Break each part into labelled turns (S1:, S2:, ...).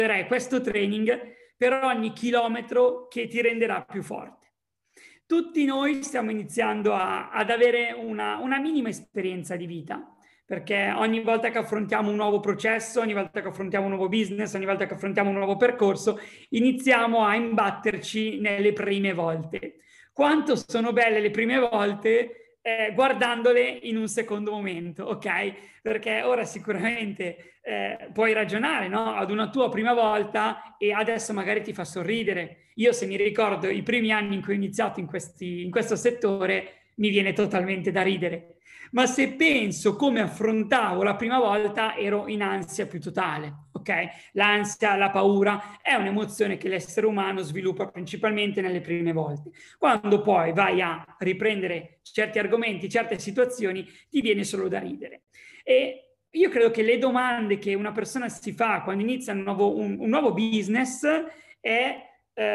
S1: questo training per ogni chilometro che ti renderà più forte. Tutti noi stiamo iniziando ad avere una minima esperienza di vita, perché ogni volta che affrontiamo un nuovo processo, ogni volta che affrontiamo un nuovo business, ogni volta che affrontiamo un nuovo percorso, iniziamo a imbatterci nelle prime volte. Quanto sono belle le prime volte guardandole in un secondo momento, ok? Perché ora sicuramente puoi ragionare, no? Ad una tua prima volta e adesso magari ti fa sorridere. Io se mi ricordo i primi anni in cui ho iniziato in questo settore, mi viene totalmente da ridere. Ma se penso come affrontavo la prima volta, ero in ansia più totale, ok? L'ansia, la paura è un'emozione che l'essere umano sviluppa principalmente nelle prime volte. Quando poi vai a riprendere certi argomenti, certe situazioni, ti viene solo da ridere. E io credo che le domande che una persona si fa quando inizia un nuovo business è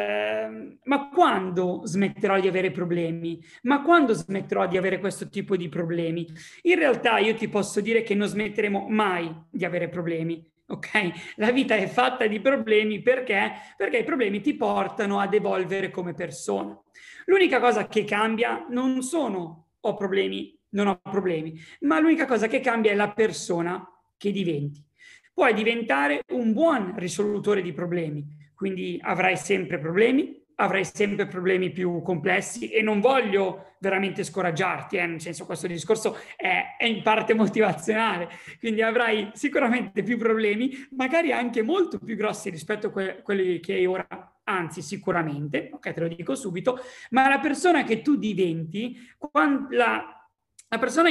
S1: ma quando smetterò di avere problemi? Ma quando smetterò di avere questo tipo di problemi? In realtà io ti posso dire che non smetteremo mai di avere problemi, ok? La vita è fatta di problemi perché i problemi ti portano ad evolvere come persona. L'unica cosa che cambia non sono ho problemi, non ho problemi, ma l'unica cosa che cambia è la persona che diventi. Puoi diventare un buon risolutore di problemi, quindi avrai sempre problemi più complessi e non voglio veramente scoraggiarti, nel senso questo discorso è in parte motivazionale, quindi avrai sicuramente più problemi, magari anche molto più grossi rispetto a quelli che hai ora, anzi sicuramente, ok, te lo dico subito, ma la persona che tu diventi, la persona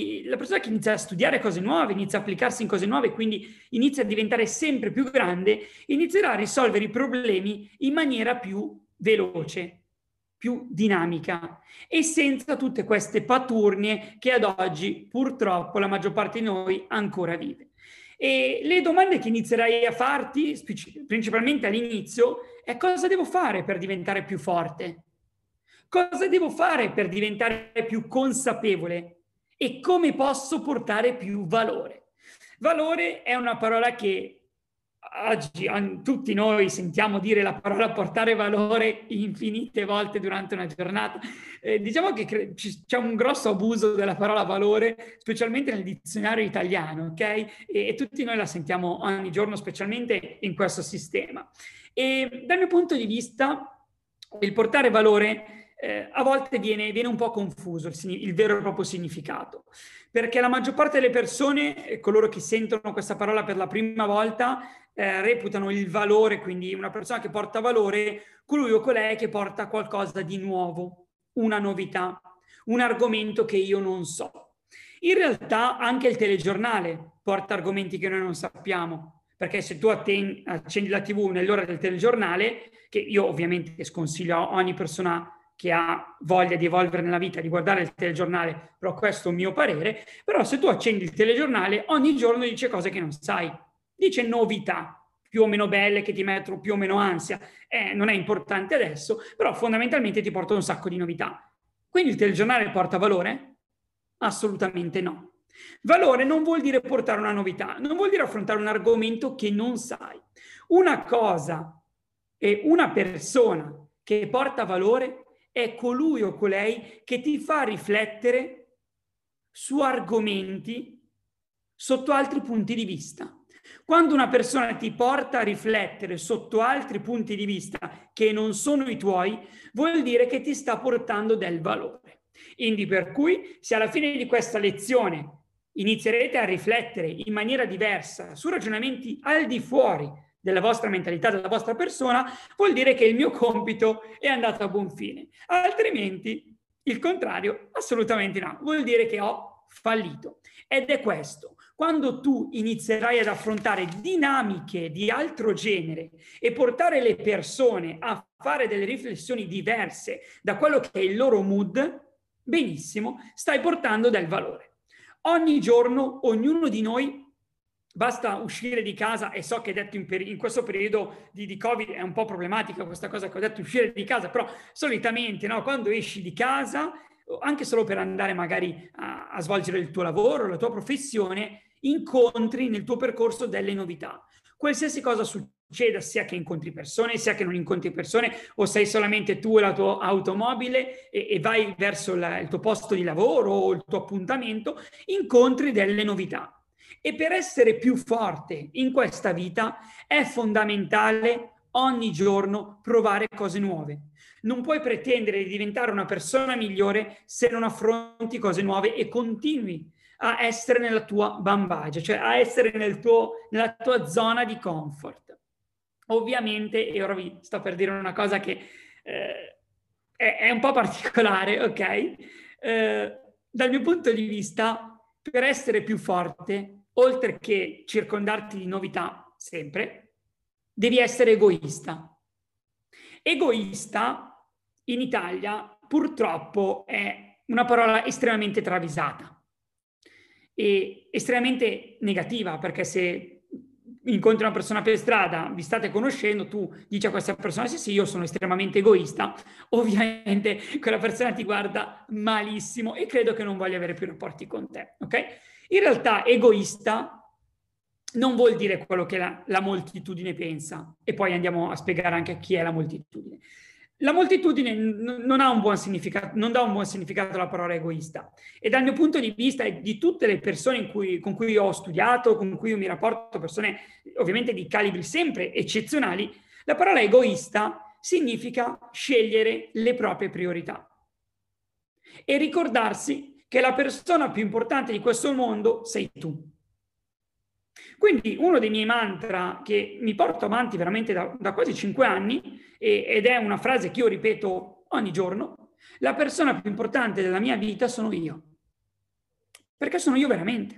S1: che inizia a studiare cose nuove, inizia a applicarsi in cose nuove, quindi inizia a diventare sempre più grande, inizierà a risolvere i problemi in maniera più veloce, più dinamica e senza tutte queste paturnie che ad oggi purtroppo la maggior parte di noi ancora vive. E le domande che inizierai a farti, principalmente all'inizio, è cosa devo fare per diventare più forte? Cosa devo fare per diventare più consapevole? E come posso portare più valore? Valore è una parola che oggi tutti noi sentiamo dire la parola portare valore infinite volte durante una giornata. Diciamo che c'è un grosso abuso della parola valore, specialmente nel dizionario italiano, ok? E tutti noi la sentiamo ogni giorno, specialmente in questo sistema. E dal mio punto di vista, il portare valore a volte viene un po' confuso il vero e proprio significato, perché la maggior parte delle persone, coloro che sentono questa parola per la prima volta, reputano il valore, quindi una persona che porta valore, colui o colei che porta qualcosa di nuovo, una novità, un argomento che io non so. In realtà anche il telegiornale porta argomenti che noi non sappiamo, perché se tu accendi la TV nell'ora del telegiornale, che io ovviamente sconsiglio a ogni persona che ha voglia di evolvere nella vita, di guardare il telegiornale, però questo è un mio parere, però se tu accendi il telegiornale ogni giorno dice cose che non sai, dice novità, più o meno belle, che ti mettono più o meno ansia, non è importante adesso, però fondamentalmente ti porta un sacco di novità. Quindi il telegiornale porta valore? Assolutamente no. Valore non vuol dire portare una novità, non vuol dire affrontare un argomento che non sai. Una cosa e una persona che porta valore è colui o colei che ti fa riflettere su argomenti sotto altri punti di vista. Quando una persona ti porta a riflettere sotto altri punti di vista che non sono i tuoi, vuol dire che ti sta portando del valore. Quindi per cui, se alla fine di questa lezione inizierete a riflettere in maniera diversa su ragionamenti al di fuori della vostra mentalità, della vostra persona, vuol dire che il mio compito è andato a buon fine. Altrimenti, il contrario, assolutamente no. Vuol dire che ho fallito. Ed è questo. Quando tu inizierai ad affrontare dinamiche di altro genere e portare le persone a fare delle riflessioni diverse da quello che è il loro mood, benissimo, stai portando del valore. Ogni giorno, ognuno di noi, basta uscire di casa, e so che detto in questo periodo di Covid è un po' problematica questa cosa che ho detto, uscire di casa, però solitamente no, quando esci di casa, anche solo per andare magari a svolgere il tuo lavoro, la tua professione, incontri nel tuo percorso delle novità. Qualsiasi cosa succeda, succeda sia che incontri persone, sia che non incontri persone, o sei solamente tu e la tua automobile e vai verso il tuo posto di lavoro o il tuo appuntamento, incontri delle novità. E per essere più forte in questa vita è fondamentale ogni giorno provare cose nuove. Non puoi pretendere di diventare una persona migliore se non affronti cose nuove e continui a essere nella tua bambagia, cioè a essere nella tua zona di comfort. Ovviamente, e ora vi sto per dire una cosa che è un po' particolare, ok? Dal mio punto di vista, per essere più forte, oltre che circondarti di novità sempre, devi essere egoista. Egoista in Italia purtroppo è una parola estremamente travisata e estremamente negativa, perché se incontri una persona per strada, vi state conoscendo, tu dici a questa persona sì, io sono estremamente egoista, ovviamente quella persona ti guarda malissimo e credo che non voglia avere più rapporti con te, ok? In realtà egoista non vuol dire quello che la moltitudine pensa, e poi andiamo a spiegare anche chi è la moltitudine. La moltitudine non ha un buon significato, non dà un buon significato alla parola egoista. E dal mio punto di vista e di tutte le persone con cui ho studiato, con cui io mi rapporto, persone ovviamente di calibri sempre eccezionali, la parola egoista significa scegliere le proprie priorità e ricordarsi che la persona più importante di questo mondo sei tu. Quindi uno dei miei mantra che mi porto avanti veramente da quasi 5 anni, ed è una frase che io ripeto ogni giorno: la persona più importante della mia vita sono io. Perché sono io veramente.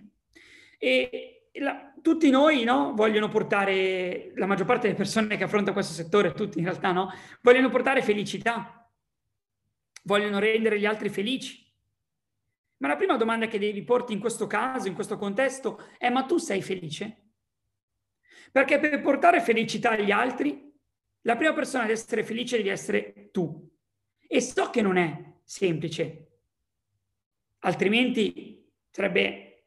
S1: E tutti noi, no, vogliono portare, la maggior parte delle persone che affrontano questo settore, tutti in realtà, no, vogliono portare felicità, vogliono rendere gli altri felici. Ma la prima domanda che devi porti in questo caso, in questo contesto, è: ma tu sei felice? Perché per portare felicità agli altri, la prima persona ad essere felice devi essere tu. E so che non è semplice, altrimenti sarebbe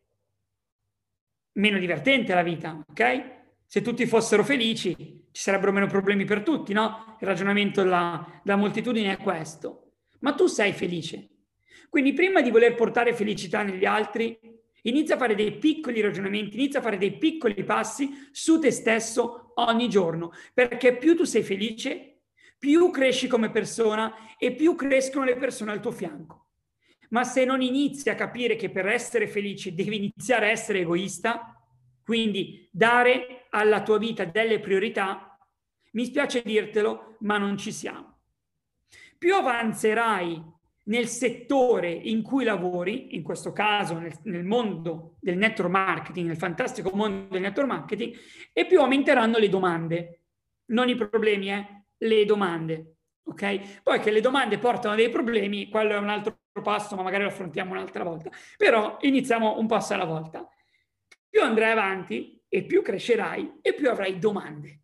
S1: meno divertente la vita, ok? Se tutti fossero felici, ci sarebbero meno problemi per tutti, no? Il ragionamento della moltitudine è questo. Ma tu sei felice. Quindi prima di voler portare felicità negli altri, inizia a fare dei piccoli ragionamenti, inizia a fare dei piccoli passi su te stesso ogni giorno, perché più tu sei felice, più cresci come persona e più crescono le persone al tuo fianco. Ma se non inizi a capire che per essere felice devi iniziare a essere egoista, quindi dare alla tua vita delle priorità, mi spiace dirtelo, ma non ci siamo. Più avanzerai nel settore in cui lavori, in questo caso nel mondo del network marketing, nel fantastico mondo del network marketing, e più aumenteranno le domande, non i problemi, le domande. Ok? Poi che le domande portano dei problemi, quello è un altro passo, ma magari lo affrontiamo un'altra volta. Però iniziamo un passo alla volta. Più andrai avanti e più crescerai e più avrai domande.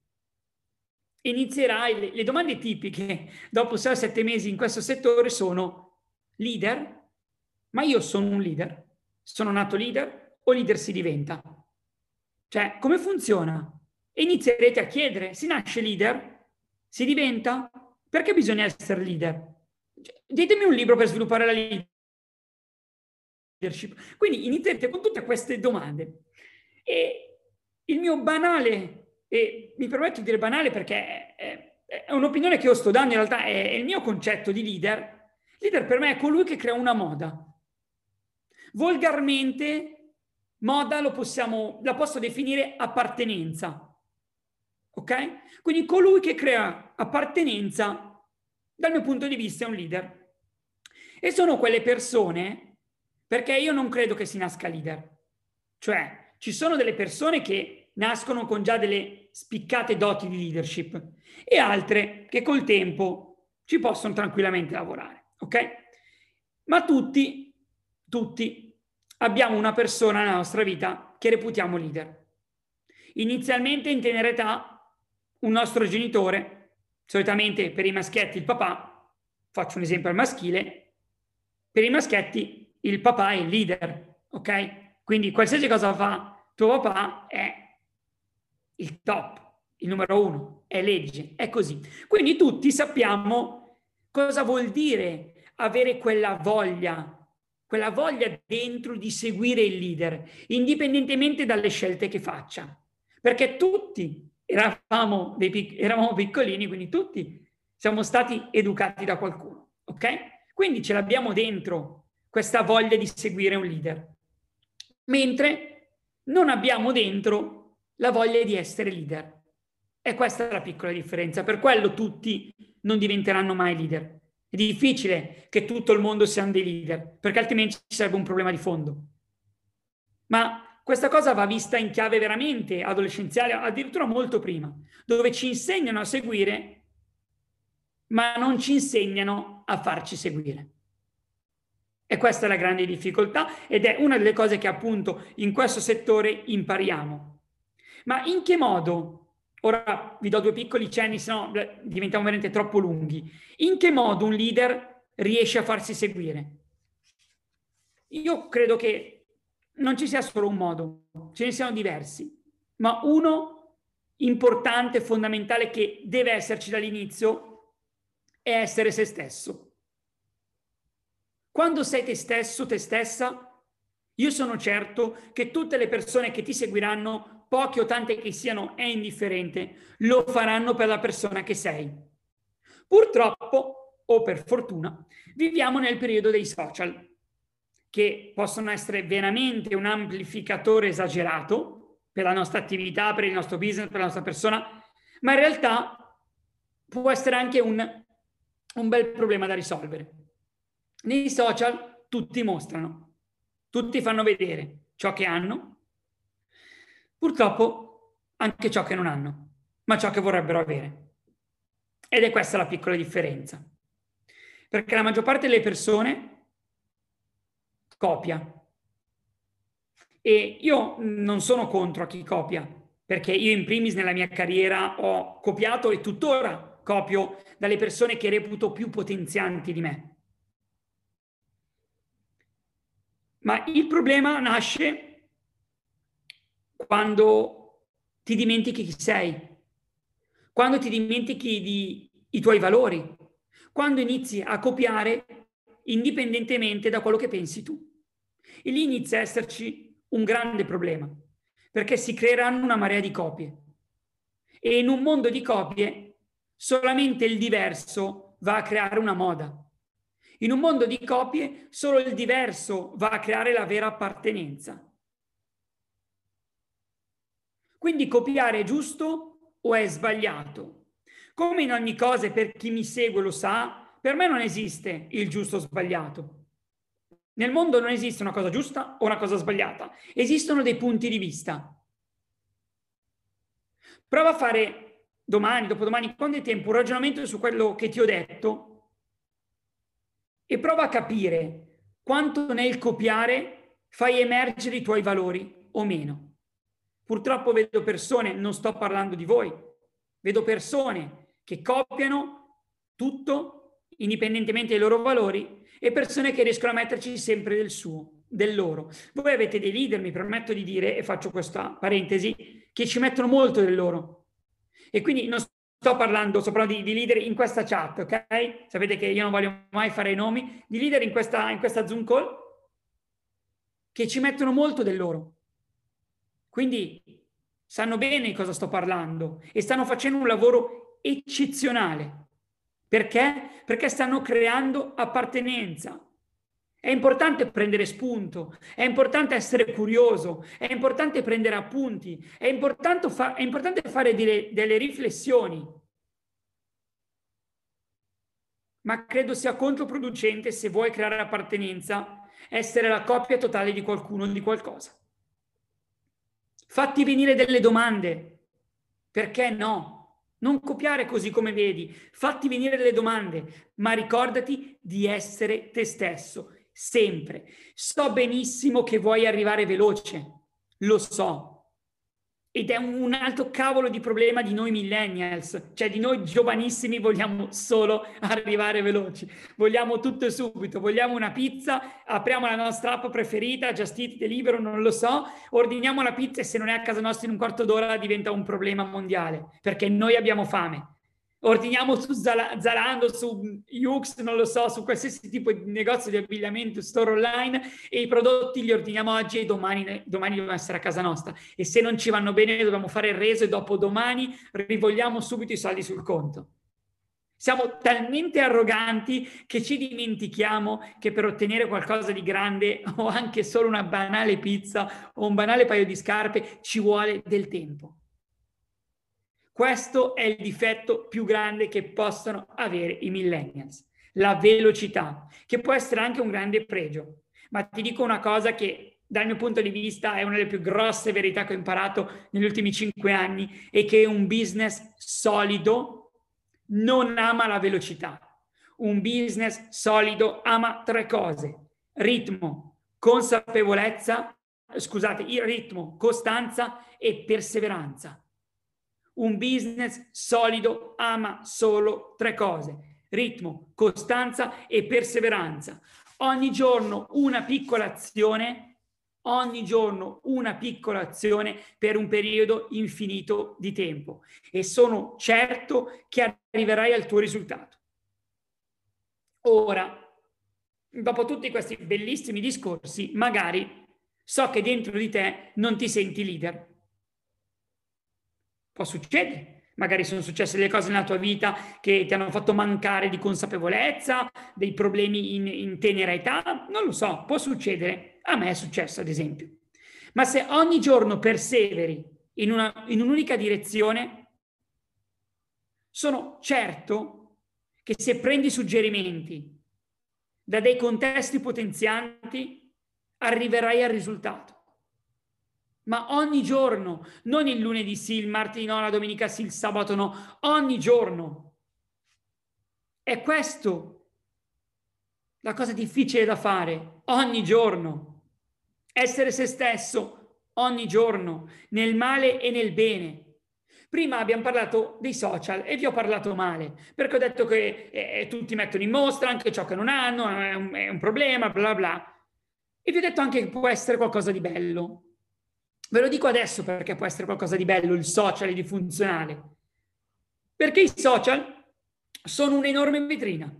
S1: Inizierai, le domande tipiche dopo 6-7 mesi in questo settore sono: leader? Ma io sono un leader? Sono nato leader o leader si diventa? Cioè, come funziona? E inizierete a chiedere: si nasce leader? Si diventa? Perché bisogna essere leader? Ditemi un libro per sviluppare la leadership. Quindi inizierete con tutte queste domande. E il mio banale, e mi permetto di dire banale perché è un'opinione che io sto dando, in realtà è il mio concetto di leader. Leader per me è colui che crea una moda. Volgarmente, moda la posso definire appartenenza. Ok? Quindi colui che crea appartenenza, dal mio punto di vista, è un leader. E sono quelle persone, perché io non credo che si nasca leader. Cioè, ci sono delle persone che nascono con già delle spiccate doti di leadership e altre che col tempo ci possono tranquillamente lavorare, ok? Ma tutti abbiamo una persona nella nostra vita che reputiamo leader. Inizialmente in tenera età un nostro genitore, solitamente per i maschietti il papà, faccio un esempio al maschile, per i maschietti il papà è il leader, ok? Quindi qualsiasi cosa fa tuo papà è il top, il numero 1, è legge, è così. Quindi tutti sappiamo cosa vuol dire avere quella voglia dentro di seguire il leader, indipendentemente dalle scelte che faccia. Perché tutti eravamo piccolini, quindi tutti siamo stati educati da qualcuno, ok? Quindi ce l'abbiamo dentro questa voglia di seguire un leader, mentre non abbiamo dentro la voglia di essere leader. E questa è la piccola differenza. Per quello tutti non diventeranno mai leader. È difficile che tutto il mondo siano dei leader, perché altrimenti ci sarebbe un problema di fondo. Ma questa cosa va vista in chiave veramente adolescenziale, addirittura molto prima, dove ci insegnano a seguire, ma non ci insegnano a farci seguire. E questa è la grande difficoltà ed è una delle cose che appunto in questo settore impariamo. Ma in che modo? Ora vi do 2 piccoli cenni, se no diventiamo veramente troppo lunghi. In che modo un leader riesce a farsi seguire? Io credo che non ci sia solo un modo, ce ne siano diversi, ma uno importante, fondamentale, che deve esserci dall'inizio, è essere se stesso. Quando sei te stesso, te stessa, io sono certo che tutte le persone che ti seguiranno, poche o tante che siano, è indifferente, lo faranno per la persona che sei. Purtroppo, o per fortuna, viviamo nel periodo dei social, che possono essere veramente un amplificatore esagerato per la nostra attività, per il nostro business, per la nostra persona, ma in realtà può essere anche un bel problema da risolvere. Nei social tutti mostrano, tutti fanno vedere ciò che hanno, purtroppo anche ciò che non hanno, ma ciò che vorrebbero avere. Ed è questa la piccola differenza. Perché la maggior parte delle persone copia. E io non sono contro a chi copia, perché io in primis nella mia carriera ho copiato e tuttora copio dalle persone che reputo più potenzianti di me. Ma il problema nasce quando ti dimentichi chi sei, quando ti dimentichi i tuoi valori, quando inizi a copiare indipendentemente da quello che pensi tu. E lì inizia a esserci un grande problema, perché si creeranno una marea di copie. E in un mondo di copie solamente il diverso va a creare una moda. In un mondo di copie solo il diverso va a creare la vera appartenenza. Quindi copiare è giusto o è sbagliato? Come in ogni cosa, per chi mi segue lo sa, per me non esiste il giusto o sbagliato. Nel mondo non esiste una cosa giusta o una cosa sbagliata, esistono dei punti di vista. Prova a fare domani, dopodomani, quando hai tempo, un ragionamento su quello che ti ho detto e prova a capire quanto nel copiare fai emergere i tuoi valori o meno. Purtroppo vedo persone, non sto parlando di voi, vedo persone che copiano tutto indipendentemente dai loro valori e persone che riescono a metterci sempre del loro. Voi avete dei leader, mi permetto di dire, e faccio questa parentesi, che ci mettono molto del loro. E quindi non sto parlando di leader in questa chat, ok? Sapete che io non voglio mai fare i nomi, di leader in questa Zoom call che ci mettono molto del loro. Quindi sanno bene di cosa sto parlando e stanno facendo un lavoro eccezionale. Perché? Perché stanno creando appartenenza. È importante prendere spunto, è importante essere curioso, è importante prendere appunti, è importante fare delle riflessioni. Ma credo sia controproducente, se vuoi creare appartenenza, essere la copia totale di qualcuno o di qualcosa. Fatti venire delle domande. Perché no? Non copiare così come vedi. Fatti venire delle domande, ma ricordati di essere te stesso, sempre. So benissimo che vuoi arrivare veloce, lo so. Ed è un altro cavolo di problema di noi millennials, cioè di noi giovanissimi vogliamo solo arrivare veloci, vogliamo tutto e subito, vogliamo una pizza, apriamo la nostra app preferita, Just Eat, Deliveroo, non lo so, ordiniamo la pizza e se non è a casa nostra in un quarto d'ora diventa un problema mondiale, perché noi abbiamo fame. Ordiniamo su Zalando, su Yux, non lo so, su qualsiasi tipo di negozio di abbigliamento, store online, e i prodotti li ordiniamo oggi e domani devono essere a casa nostra. E se non ci vanno bene dobbiamo fare il reso e dopo domani rivogliamo subito i soldi sul conto. Siamo talmente arroganti che ci dimentichiamo che per ottenere qualcosa di grande o anche solo una banale pizza o un banale paio di scarpe ci vuole del tempo. Questo è il difetto più grande che possono avere i millennials, la velocità, che può essere anche un grande pregio. Ma ti dico una cosa che dal mio punto di vista è una delle più grosse verità che ho imparato negli ultimi 5 anni, e che un business solido non ama la velocità. Un business solido ama 3 cose: ritmo, consapevolezza, il ritmo, costanza e perseveranza. Un business solido ama solo 3 cose: ritmo, costanza e perseveranza. Ogni giorno una piccola azione, ogni giorno una piccola azione per un periodo infinito di tempo, e sono certo che arriverai al tuo risultato. Ora, dopo tutti questi bellissimi discorsi, magari so che dentro di te non ti senti leader. Può succedere, magari sono successe delle cose nella tua vita che ti hanno fatto mancare di consapevolezza, dei problemi in tenera età, non lo so, può succedere. A me è successo, ad esempio. Ma se ogni giorno perseveri in un'unica direzione, sono certo che se prendi suggerimenti da dei contesti potenzianti, arriverai al risultato. Ma ogni giorno, non il lunedì sì, il martedì no, la domenica sì, il sabato no, ogni giorno. È questo la cosa difficile da fare, ogni giorno. Essere se stesso ogni giorno, nel male e nel bene. Prima abbiamo parlato dei social e vi ho parlato male, perché ho detto che tutti mettono in mostra anche ciò che non hanno, è un problema, bla bla. E vi ho detto anche che può essere qualcosa di bello. Ve lo dico adesso perché può essere qualcosa di bello, il social e di funzionale. Perché i social sono un'enorme vetrina.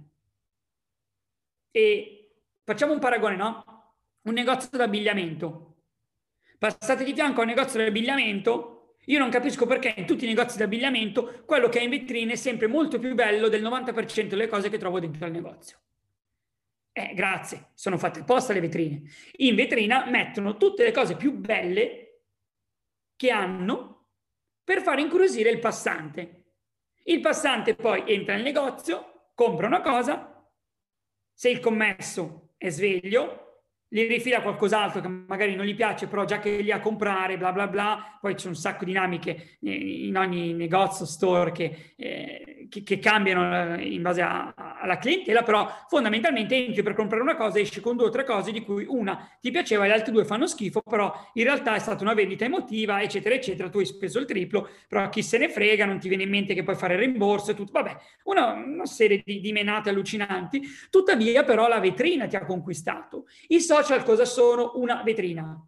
S1: E facciamo un paragone, no? Un negozio d'abbigliamento. Passate di fianco a un negozio di abbigliamento, io non capisco perché in tutti i negozi di abbigliamento quello che è in vetrina è sempre molto più bello del 90% delle cose che trovo dentro al negozio. Grazie, sono fatte apposta le vetrine. In vetrina mettono tutte le cose più belle che hanno per far incuriosire il passante. Il passante poi entra nel negozio, compra una cosa, se il commesso è sveglio, gli rifila qualcos'altro che magari non gli piace, però già che li ha a comprare, bla bla bla, poi c'è un sacco di dinamiche in ogni negozio, store che cambiano in base alla clientela, però fondamentalmente entri per comprare una cosa e esci con 2 o 3 cose di cui una ti piaceva e le altre 2 fanno schifo, però in realtà è stata una vendita emotiva, eccetera, eccetera, tu hai speso il triplo, però chi se ne frega, non ti viene in mente che puoi fare il rimborso e tutto, vabbè, una serie di menate allucinanti. Tuttavia però la vetrina ti ha conquistato. I social cosa sono? Una vetrina.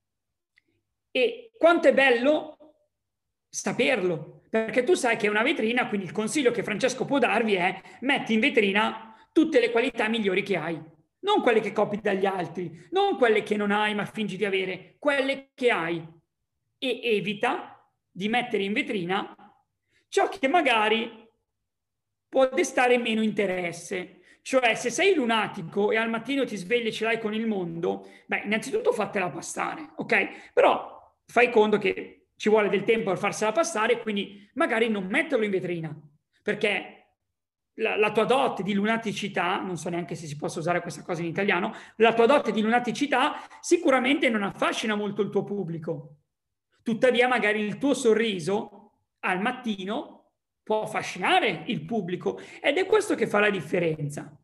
S1: E quanto è bello saperlo, perché tu sai che è una vetrina, quindi il consiglio che Francesco può darvi è: metti in vetrina tutte le qualità migliori che hai, non quelle che copi dagli altri, non quelle che non hai ma fingi di avere, quelle che hai, e evita di mettere in vetrina ciò che magari può destare meno interesse. Cioè, se sei lunatico e al mattino ti svegli e ce l'hai con il mondo, beh, innanzitutto fatela passare, ok? Però fai conto che ci vuole del tempo per farsela passare, quindi magari non metterlo in vetrina, perché la tua dote di lunaticità, non so neanche se si possa usare questa cosa in italiano, la tua dote di lunaticità sicuramente non affascina molto il tuo pubblico. Tuttavia magari il tuo sorriso al mattino può affascinare il pubblico, ed è questo che fa la differenza.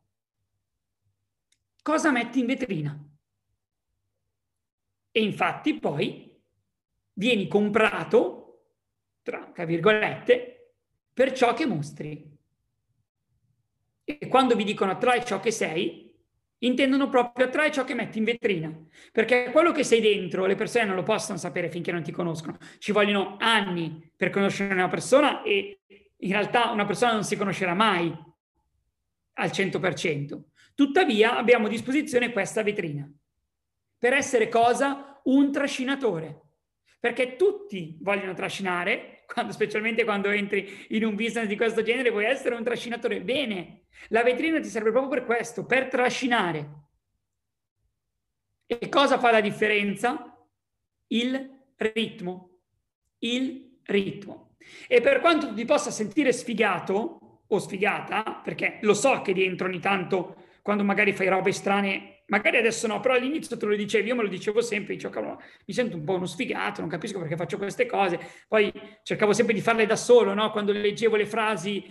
S1: Cosa metti in vetrina? E infatti poi vieni comprato, tra virgolette, per ciò che mostri. E quando vi dicono attrai ciò che sei, intendono proprio attrai ciò che metti in vetrina, perché quello che sei dentro le persone non lo possono sapere finché non ti conoscono. Ci vogliono anni per conoscere una persona e in realtà una persona non si conoscerà mai al 100%. Tuttavia abbiamo a disposizione questa vetrina per essere cosa? Un trascinatore. Perché tutti vogliono trascinare, specialmente quando entri in un business di questo genere, vuoi essere un trascinatore. Bene, la vetrina ti serve proprio per questo, per trascinare. E cosa fa la differenza? Il ritmo. Il ritmo. E per quanto tu ti possa sentire sfigato o sfigata, perché lo so che dentro ogni tanto, quando magari fai robe strane, magari adesso no, però all'inizio te lo dicevi, io me lo dicevo sempre, dicevo, cavolo, mi sento un po' uno sfigato, non capisco perché faccio queste cose, poi cercavo sempre di farle da solo, no? Quando leggevo le frasi,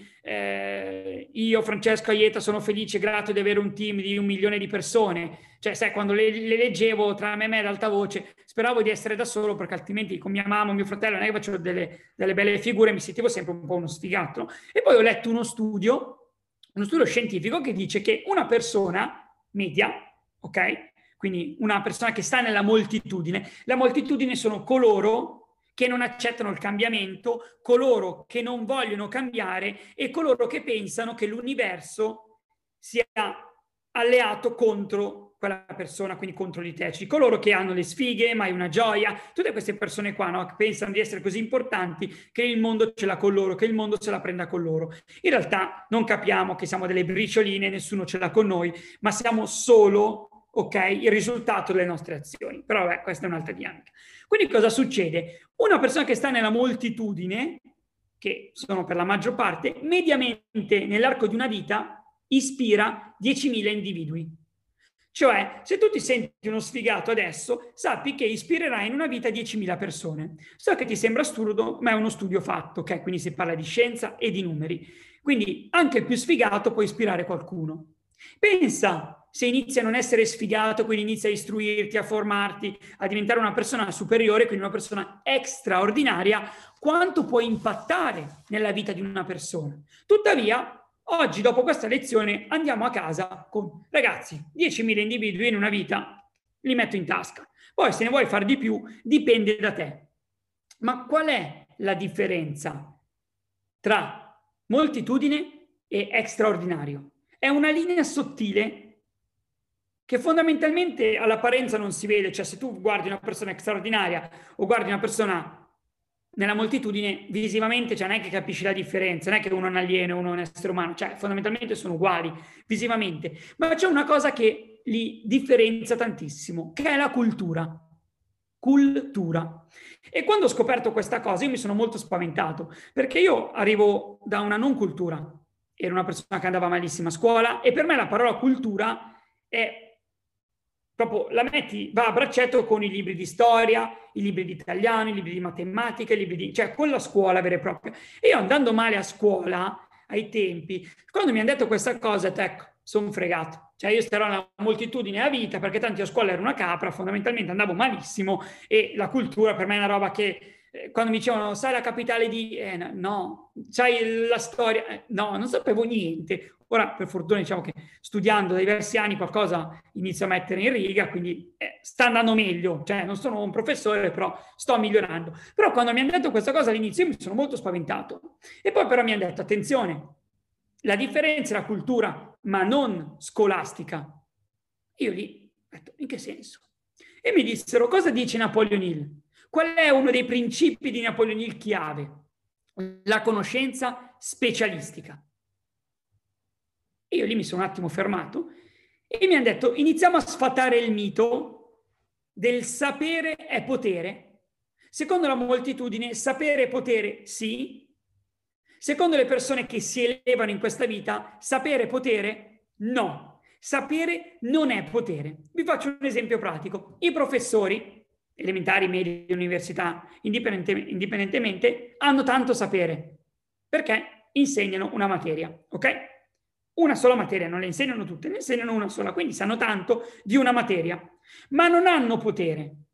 S1: io Francesco Aieta sono felice e grato di avere un team di 1 milione di persone, cioè sai, quando le leggevo tra me e me ad alta voce, speravo di essere da solo perché altrimenti con mia mamma o mio fratello non è che facevo delle belle figure, mi sentivo sempre un po' uno sfigato, no? E poi ho letto uno studio scientifico che dice che una persona media, ok? Quindi una persona che sta nella moltitudine. La moltitudine sono coloro che non accettano il cambiamento, coloro che non vogliono cambiare e coloro che pensano che l'universo sia alleato contro quella persona, quindi contro di te. Coloro che hanno le sfighe, mai una gioia, tutte queste persone qua, no? Che pensano di essere così importanti che il mondo ce l'ha con loro, che il mondo se la prenda con loro. In realtà non capiamo che siamo delle bricioline, nessuno ce l'ha con noi, ma siamo solo, ok, il risultato delle nostre azioni. Però vabbè, questa è un'altra dinamica. Quindi cosa succede? Una persona che sta nella moltitudine, che sono per la maggior parte, mediamente nell'arco di una vita ispira 10.000 individui. Cioè, se tu ti senti uno sfigato adesso, sappi che ispirerai in una vita 10.000 persone. So che ti sembra assurdo, ma è uno studio fatto, ok? Quindi si parla di scienza e di numeri. Quindi anche il più sfigato può ispirare qualcuno. Pensa se inizi a non essere sfigato, quindi inizi a istruirti, a formarti, a diventare una persona superiore, quindi una persona straordinaria, quanto puoi impattare nella vita di una persona. Tuttavia, oggi, dopo questa lezione, andiamo a casa con, ragazzi, 10.000 individui in una vita, li metto in tasca. Poi, se ne vuoi fare di più, dipende da te. Ma qual è la differenza tra moltitudine e straordinario? È una linea sottile che fondamentalmente all'apparenza non si vede. Cioè, se tu guardi una persona straordinaria o guardi una persona nella moltitudine, visivamente, cioè non è che capisci la differenza, non è che uno è un alieno, uno è un essere umano, cioè fondamentalmente sono uguali visivamente, ma c'è una cosa che li differenzia tantissimo, che è la cultura. Cultura. E quando ho scoperto questa cosa io mi sono molto spaventato, perché io arrivo da una non cultura, ero una persona che andava malissimo a scuola e per me la parola cultura è proprio, la metti, va a braccetto con i libri di storia, i libri di italiano, i libri di matematica, cioè con la scuola vera e propria. E io andando male a scuola, ai tempi, quando mi hanno detto questa cosa, ecco, sono fregato. Cioè io starò nella moltitudine a vita perché tanto io a scuola ero una capra, fondamentalmente andavo malissimo e la cultura per me è una roba che quando mi dicevano sai la capitale di... no, sai la storia... no, non sapevo niente. Ora, per fortuna, diciamo che studiando da diversi anni qualcosa inizio a mettere in riga, quindi sta andando meglio. Cioè, non sono un professore, però sto migliorando. Però quando mi hanno detto questa cosa all'inizio io mi sono molto spaventato. E poi però mi hanno detto, attenzione, la differenza è la cultura, ma non scolastica. Io lì ho detto, in che senso? E mi dissero, cosa dice Napoleon Hill? Qual è uno dei principi di Napoleon Hill chiave? La conoscenza specialistica. E io lì mi sono un attimo fermato e mi hanno detto, iniziamo a sfatare il mito del sapere è potere. Secondo la moltitudine, sapere è potere, sì. Secondo le persone che si elevano in questa vita, sapere è potere, no. Sapere non è potere. Vi faccio un esempio pratico. I professori, elementari, medie, università, indipendentemente, hanno tanto sapere perché insegnano una materia, ok? Una sola materia, non le insegnano tutte, ne insegnano una sola, quindi sanno tanto di una materia, ma non hanno potere.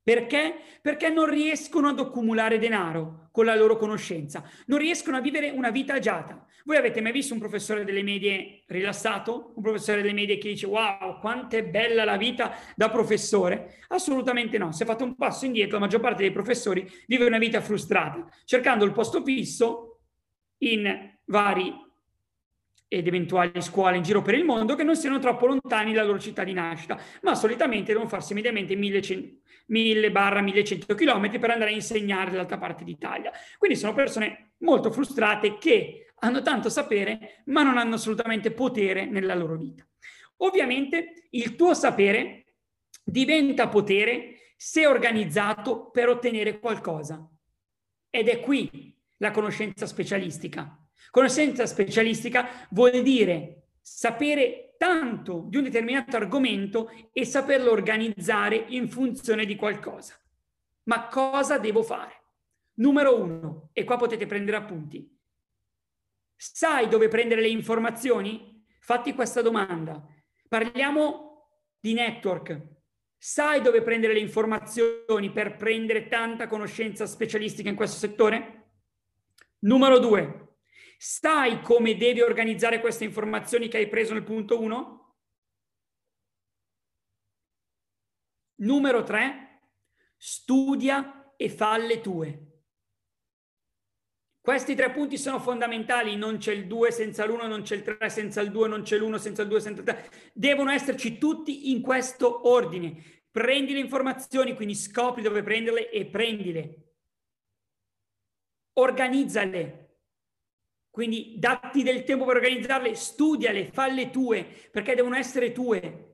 S1: Perché? Perché non riescono ad accumulare denaro con la loro conoscenza, non riescono a vivere una vita agiata. Voi avete mai visto un professore delle medie rilassato? Un professore delle medie che dice wow, quanto è bella la vita da professore? Assolutamente no. Se fate un passo indietro, la maggior parte dei professori vive una vita frustrata, cercando il posto fisso in vari ed eventuali scuole in giro per il mondo che non siano troppo lontani dalla loro città di nascita, ma solitamente devono farsi mediamente 1000-1100 km per andare a insegnare dall'altra parte d'Italia. Quindi sono persone molto frustrate che hanno tanto sapere, ma non hanno assolutamente potere nella loro vita. Ovviamente il tuo sapere diventa potere se organizzato per ottenere qualcosa. Ed è qui la conoscenza specialistica. Conoscenza specialistica vuol dire sapere tanto di un determinato argomento e saperlo organizzare in funzione di qualcosa. Ma cosa devo fare? Numero 1, e qua potete prendere appunti. Sai dove prendere le informazioni? Fatti questa domanda. Parliamo di network. Sai dove prendere le informazioni per prendere tanta conoscenza specialistica in questo settore? Numero 2. Sai come devi organizzare queste informazioni che hai preso nel punto 1? Numero 3. Studia e falle tue. Questi 3 punti sono fondamentali, non c'è il 2 senza l'1, non c'è il 3 senza il 2, non c'è l'1 senza il 2 senza il 3. Devono esserci tutti in questo ordine. Prendi le informazioni, quindi scopri dove prenderle e prendile. Organizzale. Quindi datti del tempo per organizzarle, studiale, falle tue, perché devono essere tue.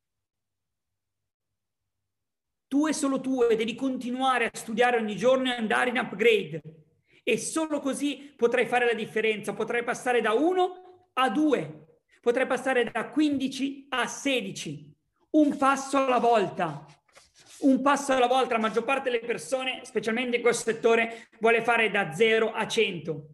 S1: Tue solo tue, devi continuare a studiare ogni giorno e andare in upgrade. E solo così potrai fare la differenza, potrai passare da 1 a 2, potrai passare da 15 a 16, un passo alla volta. Un passo alla volta, la maggior parte delle persone, specialmente in questo settore, vuole fare da 0 a 100.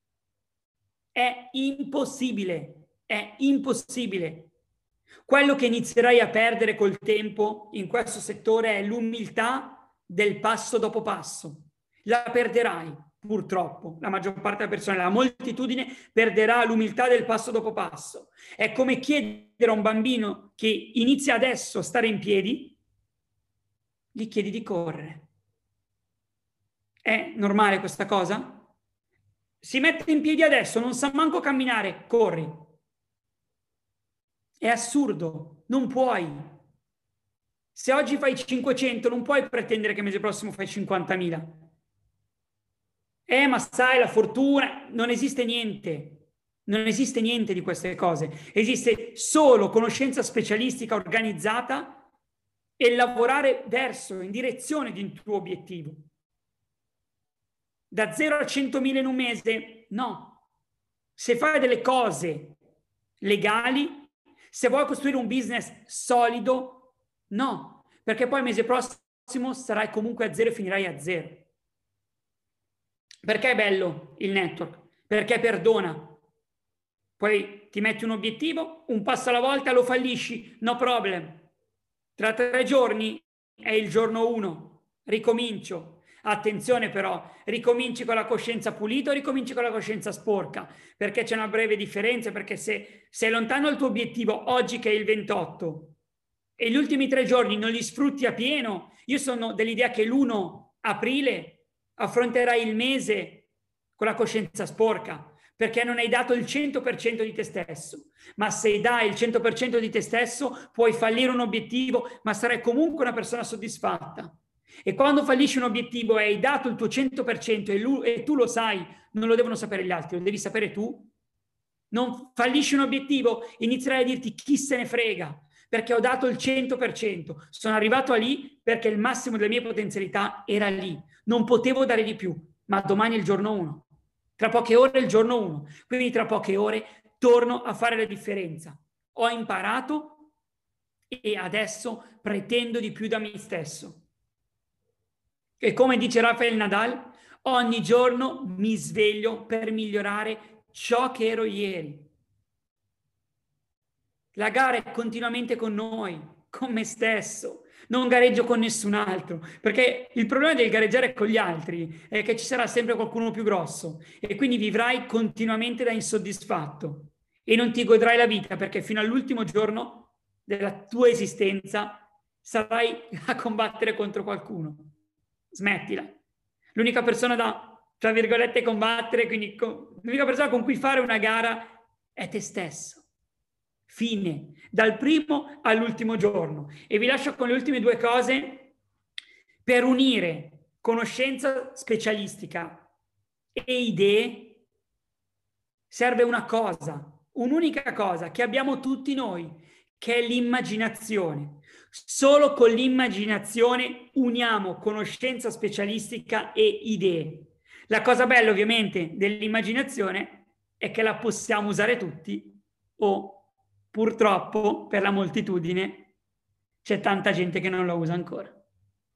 S1: È impossibile, è impossibile. Quello che inizierai a perdere col tempo in questo settore è l'umiltà del passo dopo passo. La perderai, purtroppo. La maggior parte delle persone, la moltitudine, perderà l'umiltà del passo dopo passo. È come chiedere a un bambino che inizia adesso a stare in piedi, gli chiedi di correre. È normale questa cosa? Si mette in piedi adesso, non sa manco camminare, corri. È assurdo, non puoi. Se oggi fai 500, non puoi pretendere che il mese prossimo fai 50.000. Ma sai, la fortuna, non esiste niente. Non esiste niente di queste cose. Esiste solo conoscenza specialistica organizzata e lavorare verso, in direzione di un tuo obiettivo. Da 0 a 100.000 in un mese? No. Se fai delle cose legali, se vuoi costruire un business solido, no. Perché poi il mese prossimo sarai comunque a 0 e finirai a 0. Perché è bello il network? Perché perdona. Poi ti metti un obiettivo, un passo alla volta lo fallisci, no problem. Tra 3 giorni è il giorno 1, ricomincio. Attenzione però, ricominci con la coscienza pulita o ricominci con la coscienza sporca, perché c'è una breve differenza, perché se sei lontano dal tuo obiettivo oggi che è il 28 e gli ultimi 3 giorni non li sfrutti a pieno, io sono dell'idea che l'1 aprile affronterai il mese con la coscienza sporca, perché non hai dato il 100% di te stesso. Ma se dai il 100% di te stesso, puoi fallire un obiettivo, ma sarai comunque una persona soddisfatta. E quando fallisci un obiettivo e hai dato il tuo 100% e tu lo sai, non lo devono sapere gli altri, lo devi sapere tu. Non fallisci un obiettivo, inizierai a dirti chi se ne frega, perché ho dato il 100%. Sono arrivato a lì perché il massimo delle mie potenzialità era lì. Non potevo dare di più, ma domani è il giorno 1. Tra poche ore è il giorno 1. Quindi tra poche ore torno a fare la differenza. Ho imparato e adesso pretendo di più da me stesso. E come dice Rafael Nadal, ogni giorno mi sveglio per migliorare ciò che ero ieri. La gara è continuamente con noi, con me stesso. Non gareggio con nessun altro, perché il problema del gareggiare con gli altri è che ci sarà sempre qualcuno più grosso e quindi vivrai continuamente da insoddisfatto e non ti godrai la vita perché fino all'ultimo giorno della tua esistenza sarai a combattere contro qualcuno. Smettila. L'unica persona da, tra virgolette, combattere, quindi l'unica persona con cui fare una gara è te stesso. Fine, dal primo all'ultimo giorno. E vi lascio con le ultime due cose per unire conoscenza specialistica e idee. Serve una cosa, un'unica cosa che abbiamo tutti noi, che è l'immaginazione. Solo con l'immaginazione uniamo conoscenza specialistica e idee. La cosa bella ovviamente dell'immaginazione è che la possiamo usare tutti o purtroppo per la moltitudine c'è tanta gente che non la usa ancora.